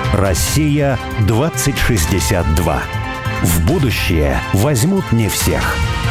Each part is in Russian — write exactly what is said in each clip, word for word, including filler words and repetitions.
Россия двадцать шестьдесят два. В будущее возьмут не всех.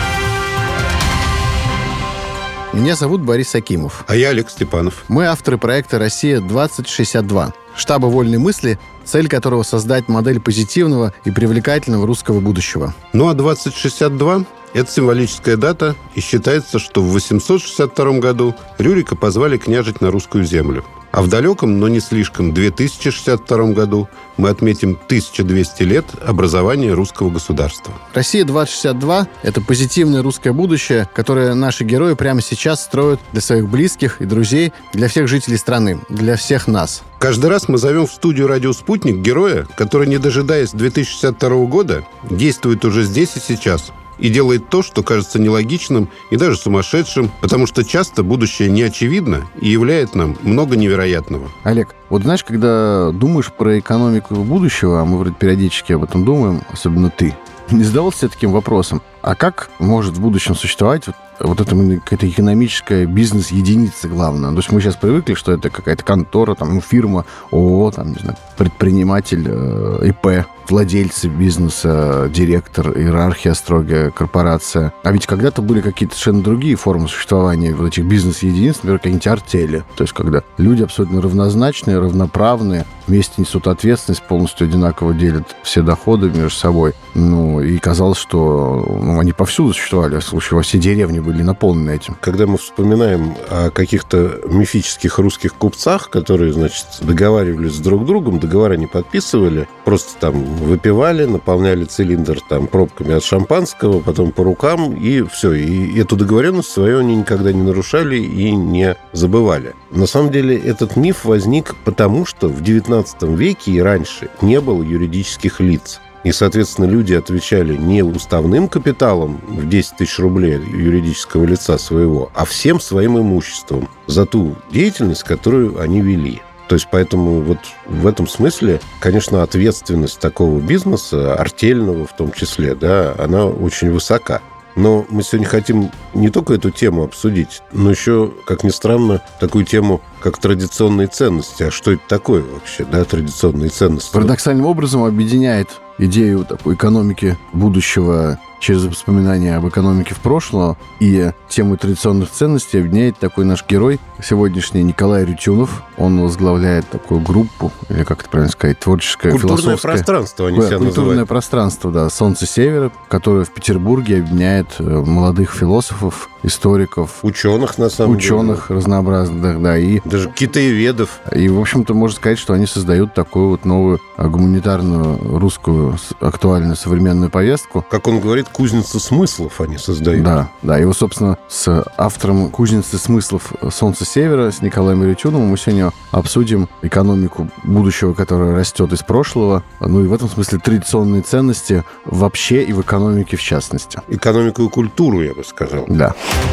Меня зовут Борис Акимов. А я Олег Степанов. Мы авторы проекта «Россия двадцать шестьдесят два», штаба вольной мысли, цель которого — создать модель позитивного и привлекательного русского будущего. Ну а двадцать шестьдесят два – это символическая дата, и считается, что в восемьсот шестьдесят втором году Рюрика позвали княжить на русскую землю. А в далеком, но не слишком, две тысячи шестьдесят втором году мы отметим тысяча двести лет образования русского государства. «Россия двадцать шестьдесят два» — это позитивное русское будущее, которое наши герои прямо сейчас строят для своих близких и друзей, для всех жителей страны, для всех нас. Каждый раз мы зовем в студию «Радио Спутник» героя, который, не дожидаясь две тысячи шестьдесят второго года, действует уже здесь и сейчас и делает то, что кажется нелогичным и даже сумасшедшим, потому что часто будущее не очевидно и являет нам много невероятного. Олег, вот знаешь, когда думаешь про экономику будущего, а мы вроде периодически об этом думаем, особенно ты, не задавался себе таким вопросом, а как может в будущем существовать вот, вот эта какая-то экономическая бизнес-единица, главное? То есть мы сейчас привыкли, что это какая-то контора, там, ну, фирма, ООО, там, не знаю, предприниматель, э, ИП, владельцы бизнеса, директор, иерархия строгая, корпорация. А ведь когда-то были какие-то совершенно другие формы существования вот этих бизнес-единиц, например, какие-нибудь артели. То есть когда люди абсолютно равнозначные, равноправные, вместе несут ответственность, полностью одинаково делят все доходы между собой. Ну, и казалось, что ну, они повсюду существовали, в случае во все деревни были наполнены этим. Когда мы вспоминаем о каких-то мифических русских купцах, которые, значит, договаривались с друг другом, договора не подписывали, просто там выпивали, наполняли цилиндр там пробками от шампанского, потом по рукам, и все. И эту договоренность свою они никогда не нарушали и не забывали. На самом деле этот миф возник потому, что в девятнадцатом веке и раньше не было юридических лиц. И, соответственно, люди отвечали не уставным капиталом в десять тысяч рублей юридического лица своего, а всем своим имуществом за ту деятельность, которую они вели. То есть, поэтому вот в этом смысле, конечно, ответственность такого бизнеса, артельного в том числе, да, она очень высока. Но мы сегодня хотим не только эту тему обсудить, но еще, как ни странно, такую тему, как традиционные ценности. А что это такое вообще, да, традиционные ценности? Парадоксальным образом объединяет идею такой экономики будущего через воспоминания об экономике в прошлом и тему традиционных ценностей объединяет такой наш герой сегодняшний Николай Рютюнов. Он возглавляет такую группу, или как это правильно сказать, творческое, культурное философское... пространство они да, себя культурное называют. пространство, да, «Солнце Севера», которое в Петербурге объединяет молодых философов, историков, ученых, на самом ученых деле. Ученых разнообразных, да, и... Даже китаеведов. И, в общем-то, можно сказать, что они создают такую вот новую гуманитарную русскую актуальную современную повестку. Как он говорит, кузницу смыслов они создают. Да, да. И вот, собственно, с автором «Кузницы смыслов» «Солнца Севера», с Николаем Рютюновым, мы сегодня обсудим экономику будущего, которая растет из прошлого. Ну и в этом смысле традиционные ценности вообще и в экономике в частности. Экономику и культуру, я бы сказал. Да.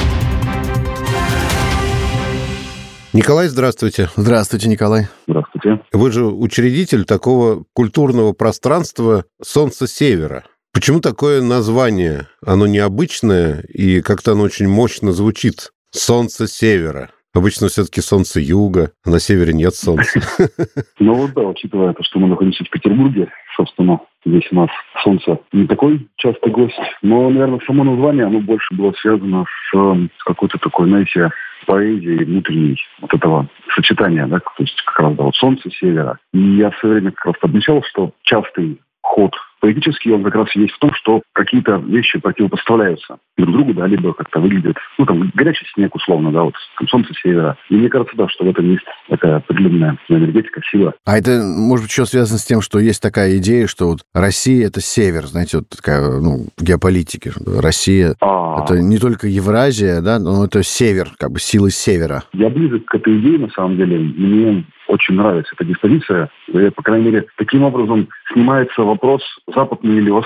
Николай, здравствуйте. Здравствуйте, Николай. Здравствуйте. Вы же учредитель такого культурного пространства «Солнце Севера». Почему такое название? Оно необычное, и как-то оно очень мощно звучит. «Солнце Севера». Обычно все-таки солнце юга, а на севере нет солнца. Ну вот да, учитывая то, что мы находимся в Петербурге, собственно, здесь у нас солнце не такой частый гость, но, наверное, само название, оно больше было связано с, с какой-то такой, знаете, поэзией внутренней вот этого сочетания, да, то есть как раз, да, вот солнце севера. И я в свое время как раз подмечал, что частый ход поэтический, он как раз есть в том, что какие-то вещи противопоставляются друг другу, да, либо как-то выглядят, ну, там, горячий снег, условно, да, вот, там, солнце севера. И мне кажется, да, что в этом есть такая определенная энергетика, сила. А это, может быть, еще связано с тем, что есть такая идея, что вот Россия — это север, знаете, вот такая, ну, в геополитике. Россия А... — это не только Евразия, да, но это север, как бы силы севера. Я близок к этой идее, на самом деле. Мне очень нравится эта диспозиция. И, по крайней мере, таким образом снимается вопрос, западный или восток.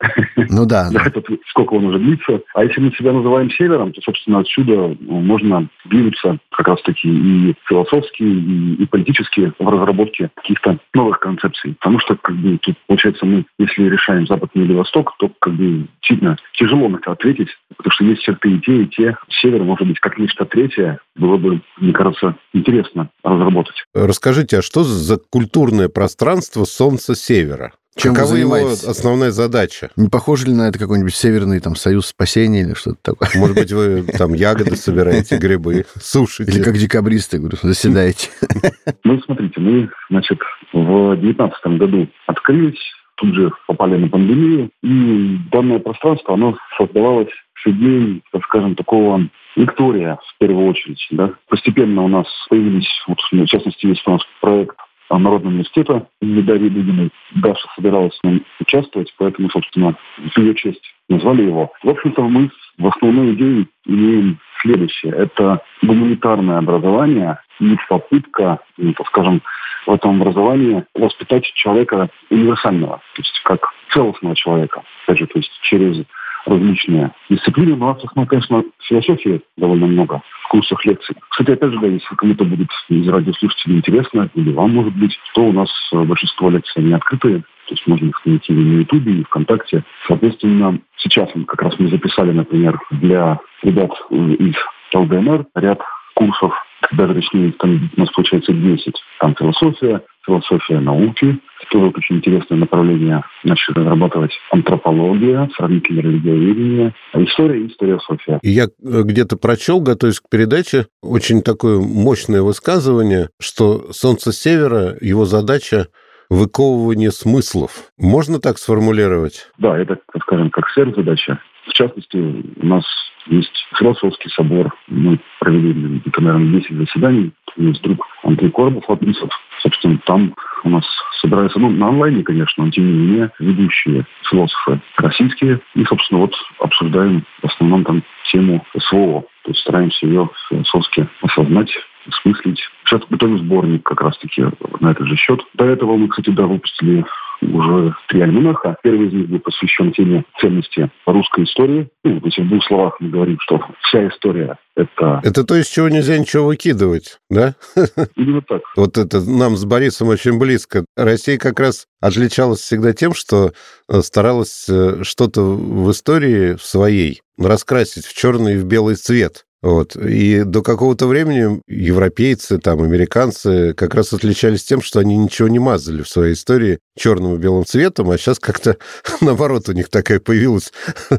Ну да. Да, это сколько он уже длится. А если мы себя называем севером, то, собственно, отсюда можно двинуться как раз-таки и философски, и, и политически в разработке каких-то новых концепций. Потому что, как бы, тут, получается, мы, если решаем Запад или Восток, то, как бы, действительно тяжело на это ответить, потому что есть черты и те, и те. Север, может быть, как нечто третье, было бы, мне кажется, интересно разработать. Расскажите, а что за культурное пространство Солнца Севера? Чем Какова вы его занимаетесь? Основная задача? Не похоже ли на это какой-нибудь северный там союз спасения или что-то такое? Может быть, вы там ягоды собираете, грибы, сушите? Или как декабристы, говорю, заседаете? Ну, смотрите, мы, значит, в девятнадцатом году открылись, тут же попали на пандемию, и данное пространство, оно создавалось с идеей, так скажем, такого лектория, в первую очередь, да. Постепенно у нас появились, вот, в частности, есть у нас проект Народного университета имени Дарьи Дудиной. Даша собиралась с ним участвовать, поэтому, собственно, в ее честь назвали его. В общем-то, мы в основной идее имеем следующее. Это гуманитарное образование и попытка, ну, так скажем, в этом образовании воспитать человека универсального, то есть как целостного человека. Опять же, то есть через различные дисциплины. Но у нас, ну, конечно, философии довольно много в курсах лекций. Кстати, опять же, да, если кому-то будет из радиослушателей интересно, или вам, может быть, то у нас большинство лекций не открытые. То есть можно их найти и на Ютубе, и ВКонтакте. Соответственно, сейчас как раз мы записали, например, для ребят из ЛДНР ряд курсов, даже точнее, там у нас получается десять. Там философия, философия науки, тоже вот очень интересное направление. Начали разрабатывать антропология, сравнительное религиоведение, а история и историософия. И я где-то прочел, готовясь к передаче, очень такое мощное высказывание, что Солнце Севера, его задача выковывание смыслов. Можно так сформулировать? Да, это, так скажем, как сверхзадача. В частности, у нас есть философский собор. Мы провели где-то, наверное, десять заседаний. Есть друг Андрей Коробов, Латвийцев. Собственно, там у нас собираются, ну, на онлайне, конечно, но тем не менее, ведущие философы российские. И, собственно, вот обсуждаем в основном там тему СВО. То есть стараемся ее философски осознать, осмыслить. Сейчас готовим сборник как раз-таки на этот же счет. До этого мы, кстати, да, выпустили уже три альманаха. Первый из них был посвящен теме ценности русской истории. Ну, если в двух словах мы говорим, что вся история — это... Это то, из чего нельзя ничего выкидывать, да? Именно так. Вот это нам с Борисом очень близко. Россия как раз отличалась всегда тем, что старалась что-то в истории своей раскрасить в черный и в белый цвет. Вот. И до какого-то времени европейцы, там, американцы как раз отличались тем, что они ничего не мазали в своей истории черным и белым цветом, а сейчас как-то, наоборот, у них такая появилась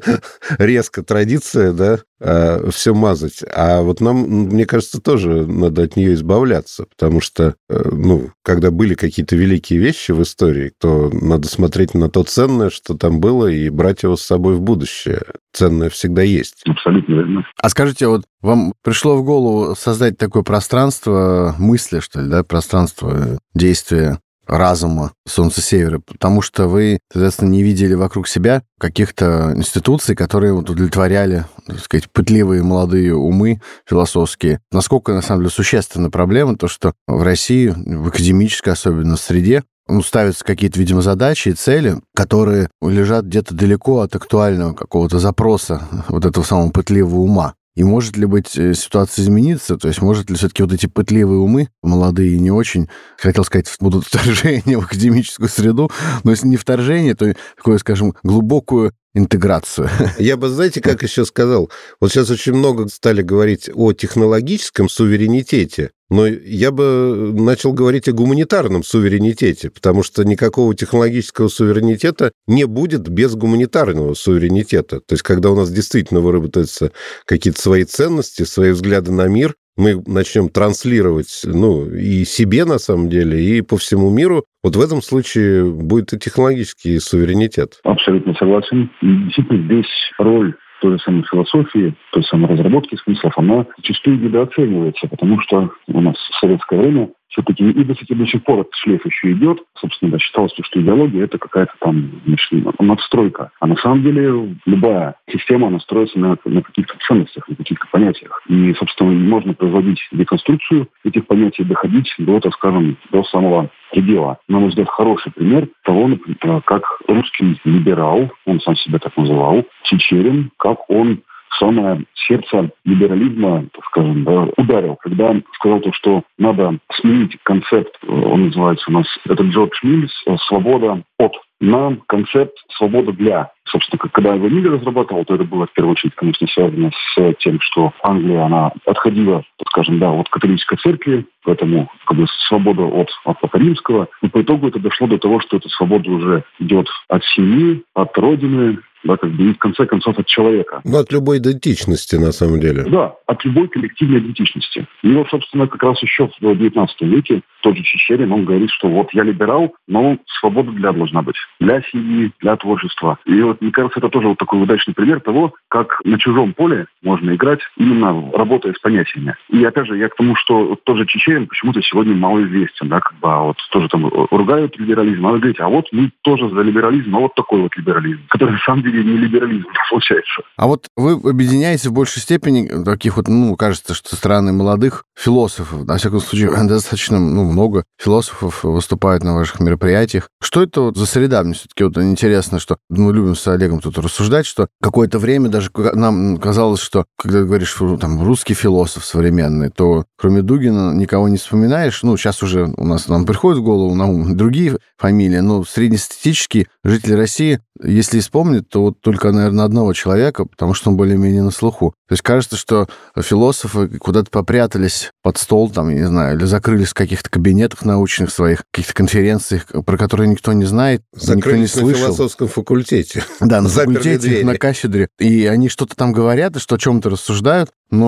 резко традиция, да, все мазать. А вот нам, мне кажется, тоже надо от нее избавляться, потому что, ну, когда были какие-то великие вещи в истории, то надо смотреть на то ценное, что там было, и брать его с собой в будущее. Ценное всегда есть. Абсолютно верно. А скажите, вот вам пришло в голову создать такое пространство мысли, что ли, да, пространство действия разума Солнца Севера, потому что вы, соответственно, не видели вокруг себя каких-то институций, которые вот удовлетворяли, так сказать, пытливые молодые умы философские. Насколько, на самом деле, существенна проблема, то, что в России, в академической особенно среде, ну, ставятся какие-то, видимо, задачи и цели, которые лежат где-то далеко от актуального какого-то запроса вот этого самого пытливого ума. И может ли быть ситуация измениться? То есть может ли все-таки вот эти пытливые умы, молодые и не очень, хотел сказать, будут вторжение в академическую среду, но если не вторжение, то такое, скажем, глубокую интеграцию. Я бы, знаете, как еще сказал, вот сейчас очень много стали говорить о технологическом суверенитете, но я бы начал говорить о гуманитарном суверенитете, потому что никакого технологического суверенитета не будет без гуманитарного суверенитета. То есть, когда у нас действительно выработаются какие-то свои ценности, свои взгляды на мир, мы начнем транслировать, ну, и себе, на самом деле, и по всему миру. Вот в этом случае будет и технологический суверенитет. Абсолютно согласен. И действительно, здесь роль той же самой философии, той самой разработки смыслов, она зачастую недооценивается, потому что у нас в советское время все-таки и до, до сих пор этот шлейф еще идет. Собственно, да, считалось, что идеология — это какая-то там, значит, надстройка. А на самом деле любая система, она строится на, на каких-то ценностях, на каких-то понятиях. И, собственно, можно производить деконструкцию этих понятий, доходить до, так скажем, до самого предела. На мой взгляд, хороший пример того, например, как русский либерал, он сам себя так называл, Чичерин, как он в самое сердце либерализма, так скажем, да, ударил, когда сказал то, что надо сменить концепт, он называется у нас, это Джордж Миллс, «Свобода от», на концепт «Свобода для». Собственно, когда его Миллер разрабатывал, то это было в первую очередь, конечно, связано с тем, что Англия, она отходила, так скажем, да, от католической церкви, поэтому как бы свобода от, от Папы Римского. И по итогу это дошло до того, что эта свобода уже идет от семьи, от родины, да, как бы и в конце концов от человека. Ну, от любой идентичности, на самом деле. Да, от любой коллективной идентичности. И вот, собственно, как раз еще в девятнадцатом веке тот же Чичерин, он говорит, что вот я либерал, но свобода для должна быть. Для семьи, для творчества. И вот, мне кажется, это тоже вот такой удачный пример того, как на чужом поле можно играть, именно работая с понятиями. И опять же, я к тому, что вот тот же Чичерин почему-то сегодня малоизвестен, да, как бы, а вот тоже там ругают либерализм, надо говорить, а вот мы тоже за либерализм, а вот такой вот либерализм, который на самом деле не либерализм получается. А вот вы объединяете в большей степени таких вот, ну, кажется, что страны молодых философов. На всяком случае, достаточно, ну, много философов выступают на ваших мероприятиях. Что это вот за среда? Мне все-таки вот интересно, что мы любим с Олегом тут рассуждать, что какое-то время даже нам казалось, что когда ты говоришь, там, русский философ современный, то кроме Дугина никого не вспоминаешь. Ну, сейчас уже у нас нам приходит в голову на ум другие фамилии, но среднестатистические жители России, если вспомнить, то вот только, наверное, одного человека, потому что он более-менее на слуху. То есть кажется, что философы куда-то попрятались под стол, там, я не знаю, или закрылись в каких-то кабинетах научных своих, каких-то конференциях, про которые никто не знает, никто не слышал. Закрылись на философском факультете. Да, на факультете, на кафедре. И они что-то там говорят, и что о чем-то рассуждают,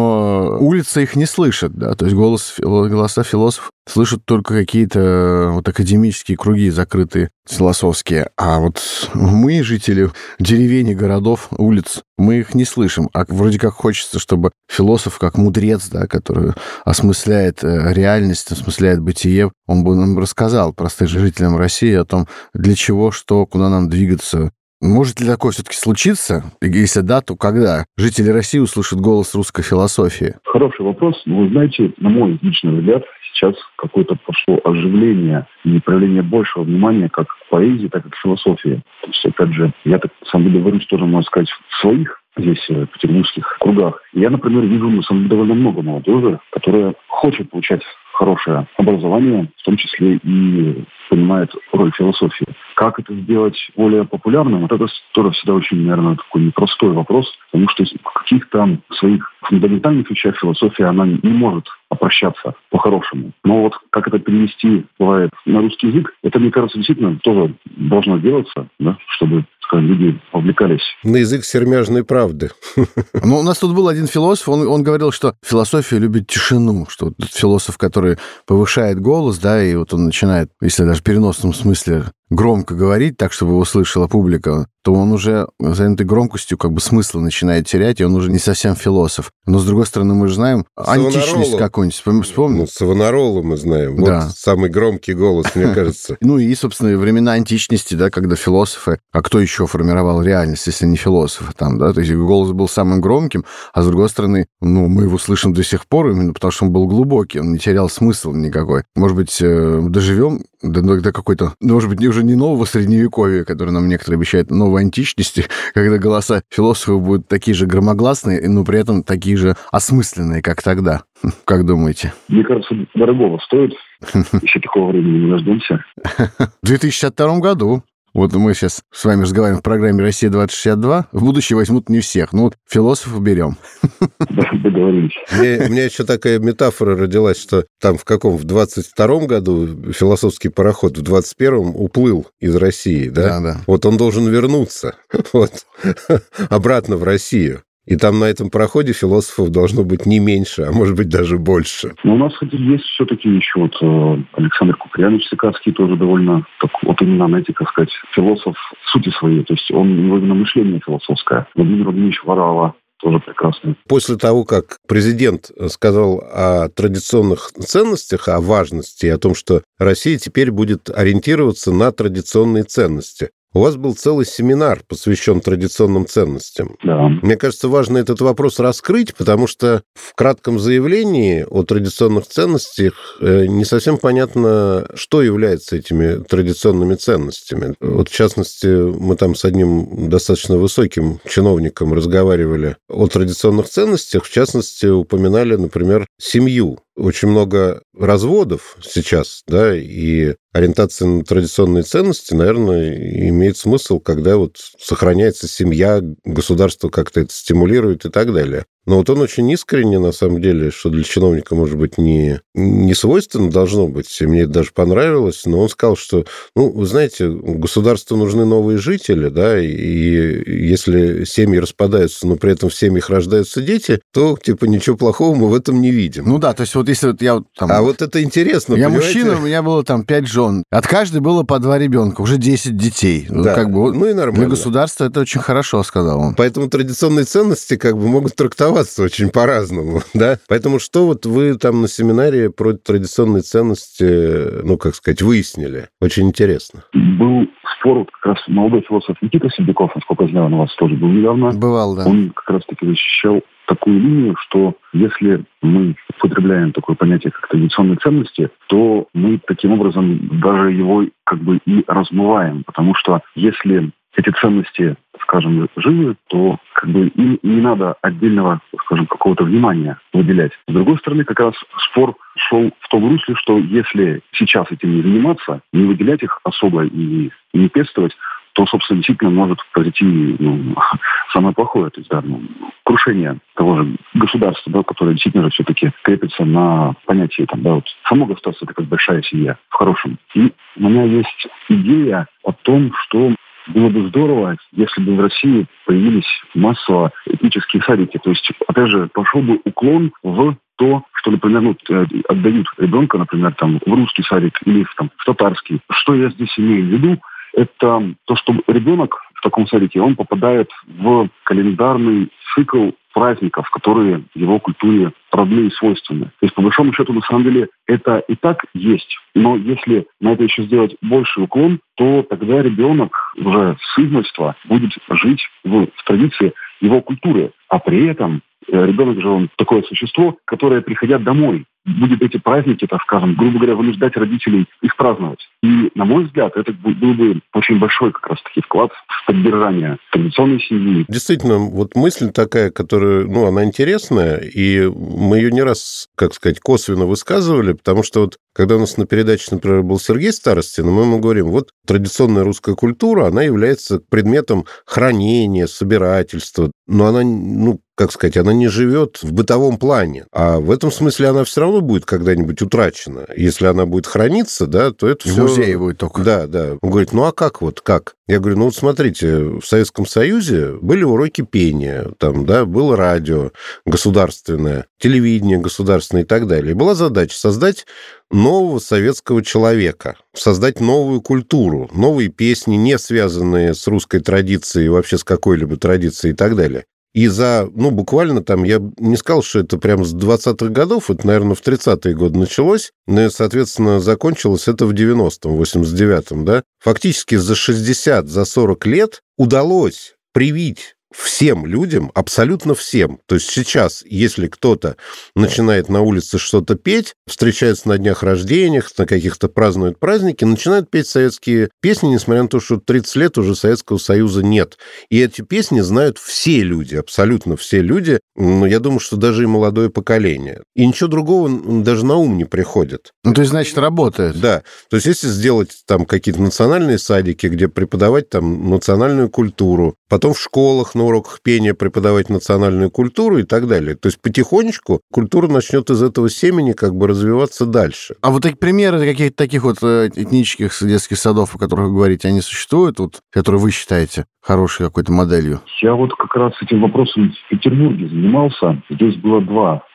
но улица их не слышит, да, то есть голос, голоса философов слышат только какие-то вот академические круги закрытые, философские, а вот мы, жители деревень, городов, улиц, мы их не слышим, а вроде как хочется, чтобы философ, как мудрец, да, который осмысляет реальность, осмысляет бытие, он бы нам рассказал, простым жителям России, о том, для чего, что, куда нам двигаться. Может ли такое все-таки случиться? Если да, то когда? Жители России услышат голос русской философии. Хороший вопрос. Но вы знаете, на мой личный взгляд, сейчас какое-то пошло оживление и проявление большего внимания как к поэзии, так и к философии. То есть, опять же, я так, на самом деле, варюсь тоже, можно сказать, в своих здесь петербургских кругах. Я, например, вижу, на самом деле, довольно много молодежи, которая хочет получать хорошее образование, в том числе и понимает роль философии. Как это сделать более популярным, вот это тоже всегда очень, наверное, такой непростой вопрос, потому что в каких-то своих фундаментальных вещах философия, она не может обращаться по-хорошему. Но вот как это перевести, бывает, на русский язык, это, мне кажется, действительно тоже должно делаться, да, чтобы, скажем, люди увлекались. На язык сермяжной правды. Ну, у нас тут был один философ, он, он говорил, что философия любит тишину, что вот философ, который повышает голос, да, и вот он начинает, если даже в переносном смысле, громко говорить, так, чтобы его слышала публика, то он уже за этой громкостью как бы смысла начинает терять, и он уже не совсем философ. Но, с другой стороны, мы же знаем античность какую-нибудь. Вспомним? Ну, Савонарола мы знаем. Да. Вот самый громкий голос, мне кажется. Ну, и, собственно, времена античности, да, когда философы... А кто еще формировал реальность, если не философы там, да? То есть голос был самым громким, а, с другой стороны, ну, мы его слышим до сих пор, именно потому что он был глубокий, он не терял смысл никакой. Может быть, доживем до, до какой-то... Может быть, уже не нового средневековья, которое нам некоторые обещают, новой античности, когда голоса философов будут такие же громогласные, но при этом такие же осмысленные, как тогда. Как думаете? Мне кажется, дорогого стоит. Еще такого времени не дождемся. В две тысячи шестьдесят втором году. Вот мы сейчас с вами разговариваем в программе «Россия двадцать шестьдесят два». В будущее возьмут не всех. Ну вот философов берем. Да, договорились. Мне, у меня еще такая метафора родилась, что там в каком, в двадцать втором году философский пароход, в двадцать первом уплыл из России, да? Да, да. Вот он должен вернуться вот, обратно в Россию. И там на этом пароходе философов должно быть не меньше, а может быть даже больше. Но у нас, кстати, есть все-таки еще вот э, Александр Куприянович Сикацкий тоже довольно, так, вот именно, знаете, как сказать, философ в сути своей. То есть он, у него именно мышление философское. Владимир Владимирович Варава тоже прекрасный. После того, как президент сказал о традиционных ценностях, о важности, о том, что Россия теперь будет ориентироваться на традиционные ценности, у вас был целый семинар, посвящен традиционным ценностям. Да. Мне кажется, важно этот вопрос раскрыть, потому что в кратком заявлении о традиционных ценностях не совсем понятно, что является этими традиционными ценностями. Вот, в частности, мы там с одним достаточно высоким чиновником разговаривали о традиционных ценностях, в частности, упоминали, например, семью. Очень много разводов сейчас, да, и ориентация на традиционные ценности, наверное, имеет смысл, когда вот сохраняется семья, государство как-то это стимулирует и так далее. Но вот он очень искренне, на самом деле, что для чиновника, может быть, не, не свойственно должно быть, и мне это даже понравилось, но он сказал, что, ну, вы знаете, государству нужны новые жители, да, и если семьи распадаются, но при этом в семьях рождаются дети, то, типа, ничего плохого мы в этом не видим. Ну да, то есть вот если вот я... Там, а вот это интересно, я понимаете? мужчина, у меня было там пять жен. От каждой было по два ребенка, уже десять детей. Да, как бы, ну и нормально. Для государства это очень хорошо, сказал он. Поэтому традиционные ценности как бы могут трактоваться очень по-разному, да? Поэтому что вот вы там на семинаре про традиционные ценности, ну, как сказать, выяснили? Очень интересно. Был спор, вот как раз молодой философ Никита Сердюков, насколько я знаю, он у вас тоже был недавно. Бывал, да. Он как раз-таки защищал такую линию, что если мы употребляем такое понятие, как традиционные ценности, то мы таким образом даже его как бы и размываем, потому что если эти ценности, скажем, живы, то как бы им не надо отдельного, скажем, какого-то внимания выделять. С другой стороны, как раз спор шел в том русле, что если сейчас этим не заниматься, не выделять их особо и не пестовать, то, собственно, действительно может произойти ну, самое плохое, то есть да, ну, крушение того же государства, да, которое действительно же все-таки крепится на понятии, там, да, вот, само государство – это как большая семья, в хорошем. И у меня есть идея о том, что было бы здорово, если бы в России появились массово этнические садики. То есть, опять же, пошел бы уклон в то, что, например, ну, отдают ребенка, например, там, в русский садик или в, там, в татарский. Что я здесь имею в виду? Это то, что ребенок в таком садике, он попадает в календарный цикл праздников, которые его культуре родные и свойственны. То есть, по большому счету, на самом деле, это и так есть. Но если на это еще сделать больший уклон, то тогда ребенок уже с измольства будет жить в, в традиции его культуры. А при этом ребенок же он такое существо, которое, приходя домой, будет эти праздники, так скажем, грубо говоря, вынуждать родителей их праздновать. И, на мой взгляд, это был бы очень большой как раз-таки вклад в поддержание традиционной семьи. Действительно, вот мысль такая, которая, ну, она интересная, и мы ее не раз, как сказать, косвенно высказывали, потому что вот когда у нас на передаче, например, был Сергей Старостин, мы ему говорим, вот традиционная русская культура, она является предметом хранения, собирательства, но она, ну, как сказать, она не живет в бытовом плане. А в этом смысле она все равно будет когда-нибудь утрачена. Если она будет храниться, да, то это в все... В музее будет только. Да, да. Он говорит, ну а как вот, как? Я говорю, ну вот смотрите, в Советском Союзе были уроки пения, там, да, было радио государственное, телевидение государственное и так далее. И была задача создать нового советского человека, создать новую культуру, новые песни, не связанные с русской традицией, вообще с какой-либо традицией и так далее. И за, ну, буквально там, я не сказал, что это прямо с двадцатых годов, это, наверное, в тридцатые годы началось, но, соответственно, закончилось это в девяностом, восемьдесят девятом, да. Фактически за шестьдесят, за сорок лет удалось привить всем людям, абсолютно всем. То есть сейчас, если кто-то начинает на улице что-то петь, встречаются на днях рождениях, на каких-то празднуют праздники, начинают петь советские песни, несмотря на то, что тридцать лет уже Советского Союза нет. И эти песни знают все люди, абсолютно все люди. Но я думаю, что даже и молодое поколение. И ничего другого даже на ум не приходит. Ну, то есть, значит, работает. Да. То есть, если сделать там какие-то национальные садики, где преподавать там национальную культуру, потом в школах на уроках пения преподавать национальную культуру и так далее. То есть потихонечку культура начнет из этого семени как бы развиваться дальше. А вот такие примеры каких-то таких вот этнических детских садов, о которых вы говорите, они существуют, вот, которые вы считаете хорошей какой-то моделью? Я вот как раз этим вопросом в Петербурге занимался. Здесь было два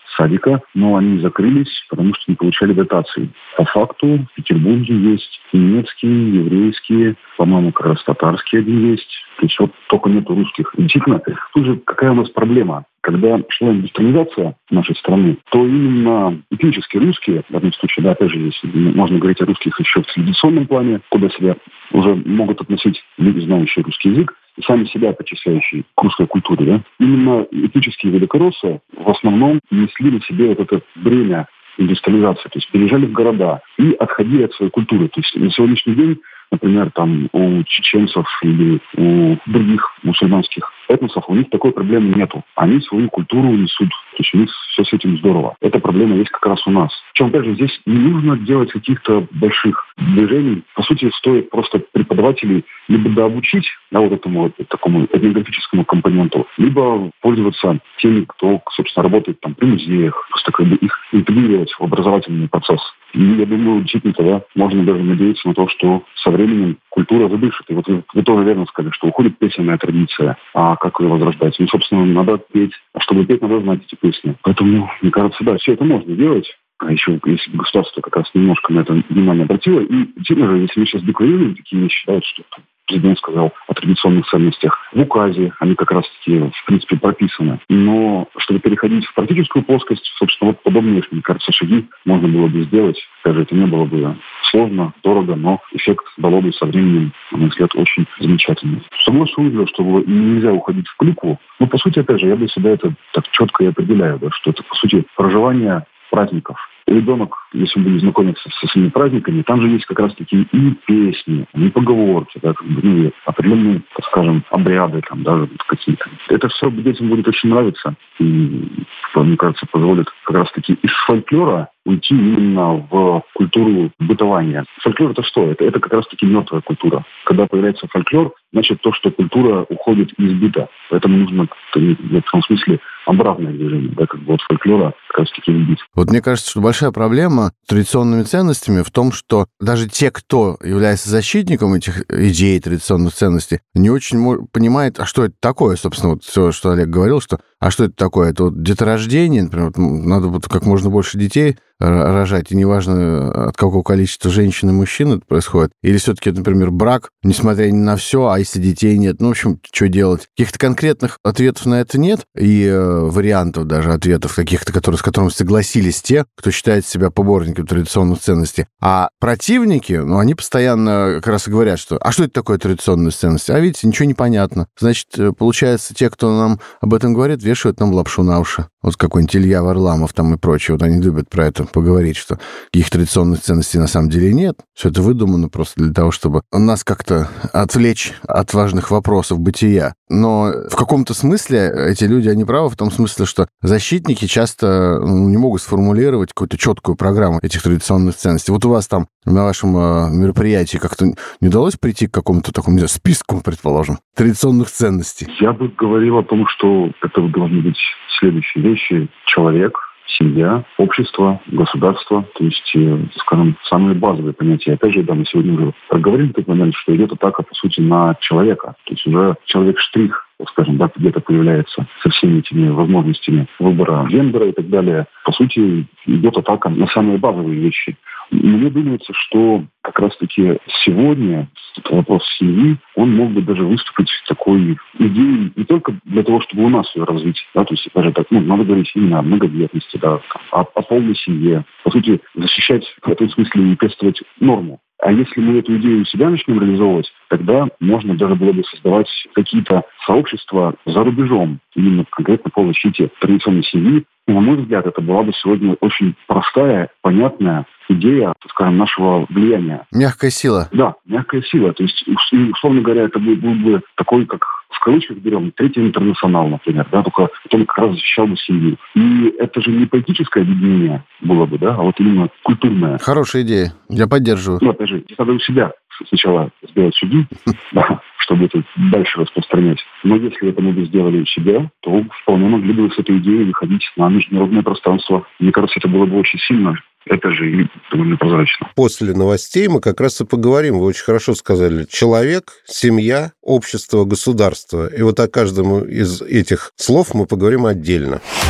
садика, но они закрылись, потому что не получали дотаций. По факту в Петербурге есть и немецкие, еврейские, по-моему, как раз татарские одни есть. То есть вот только нету русских. И действительно, тут же какая у нас проблема? Когда шла индустриализация нашей страны, то именно этнически русские, в этом случае, да, опять же, если можно говорить о русских еще в цивилизационном плане, куда себя уже могут относить люди, знающие русский язык, и сами себя причисляющие к русской культуре, да, именно этнические великороссы в основном несли на себе вот это бремя индустриализации, то есть переезжали в города и отходили от своей культуры. То есть на сегодняшний день, например, там у чеченцев или у других мусульманских этносов у них такой проблемы нету. Они свою культуру несут. То есть у них все с этим здорово. Эта проблема есть как раз у нас. Причем, опять же, здесь не нужно делать каких-то больших движений. По сути, стоит просто преподавателей либо дообучить, да, вот этому вот, такому этнографическому компоненту, либо пользоваться теми, кто, собственно, работает там при музеях, просто как бы их интегрировать в образовательный процесс. И я думаю, действительно, да, можно даже надеяться на то, что со временем культура задышит. И вот вы, вы тоже верно сказали, что уходит песенная традиция, а как ее возрождать? Ну, собственно, надо петь. А чтобы петь, надо знать эти песни. Поэтому, мне кажется, да, все это можно делать. А еще, если бы государство как раз немножко на это внимание обратило. И, действительно же, если мы сейчас декларируем такие вещи, да, что президент сказал о традиционных ценностях в указе, они как раз-таки, в принципе, прописаны. Но чтобы переходить в практическую плоскость, собственно, вот подобные, мне кажется, шаги можно было бы сделать. Даже это не было бы сложно, дорого, но эффект дало бы со временем, на мой взгляд, очень замечательный. Соглашусь, что нельзя уходить в кликву. Но, по сути, опять же, я для себя это так четко и определяю, да, что это, по сути, проживание праздников. Ребенок, если он будет знакомиться со своими праздниками, там же есть как раз-таки и песни, и поговорки, да, как бы, ну, и определенные, так скажем, обряды там, да, какие-то. Это все детям будет очень нравиться. И, мне кажется, позволит как раз-таки из фольклора уйти именно в культуру бытования. Фольклор — это что? Это, это как раз-таки мертвая культура. Когда появляется фольклор, значит то, что культура уходит из быта. Поэтому нужно в этом смысле обратное движение, да, как бы от фольклора как раз-таки любить. Вот мне кажется, что большая проблема с традиционными ценностями в том, что даже те, кто является защитником этих идей традиционных ценностей, не очень понимает, а что это такое, собственно, вот все, что Олег говорил, что а что это такое? Это вот деторождение, например, вот надо вот как можно больше детей рожать, и неважно, от какого количества женщин и мужчин это происходит. Или все-таки, например, брак, несмотря ни на все, а если детей нет, ну, в общем, что делать? Каких-то конкретных ответов на это нет, и э, вариантов даже ответов каких-то, которые, с которыми согласились те, кто считает себя поборником традиционных ценностей. А противники, ну, они постоянно как раз и говорят, что а что это такое традиционные ценности? А видите, ничего не понятно. Значит, получается, те, кто нам об этом говорит, вешают нам лапшу на уши. Вот какой-нибудь Илья Варламов там и прочие, вот они любят про это поговорить, что каких традиционных ценностей на самом деле нет. Все это выдумано просто для того, чтобы нас как-то отвлечь от важных вопросов бытия. Но в каком-то смысле эти люди, они правы в том смысле, что защитники часто не могут сформулировать какую-то четкую программу этих традиционных ценностей. Вот у вас там на вашем мероприятии как-то не удалось прийти к какому-то такому, не знаю, списку, предположим, традиционных ценностей? Я бы говорил о том, что это должны быть следующие вещи. Человек, семья, общество, государство, то есть, скажем, самые базовые понятия. Опять же, да, мы сегодня уже проговорили тот момент, что идет атака, по сути, на человека. То есть уже человек-штрих, скажем, да, где-то появляется со всеми этими возможностями выбора гендера и так далее. По сути, идет атака на самые базовые вещи. Мне думается, что как раз-таки сегодня этот вопрос семьи, он мог бы даже выступить такой идеей не только для того, чтобы у нас ее развить, да, то есть, даже так, ну, надо говорить именно о многодетности, да, о, о полной семье. По сути, защищать в этом смысле и пестовать норму. А если мы эту идею у себя начнем реализовывать, тогда можно даже было бы создавать какие-то сообщества за рубежом, именно конкретно по защите традиционной семьи. И, на мой взгляд, это была бы сегодня очень простая, понятная идея, так скажем, нашего влияния. Мягкая сила. Да, мягкая сила. То есть, условно говоря, это был, был бы такой, как в кавычках берем, третий интернационал, например, да, только он как раз защищал бы семью. И это же не политическое объединение было бы, да, а вот именно культурное. Хорошая идея. Я поддерживаю. Ну, опять же, надо у себя сначала сделать шаги, да, чтобы это дальше распространять. Но если это мы бы сделали у себя, то вполне могли бы с этой идеей выходить на международное пространство. Мне кажется, это было бы очень сильно. Это же и довольно прозрачно. После новостей мы как раз и поговорим. Вы очень хорошо сказали. Человек, семья, общество, государство. И вот о каждом из этих слов мы поговорим отдельно.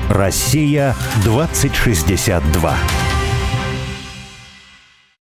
Россия двадцать шестьдесят два.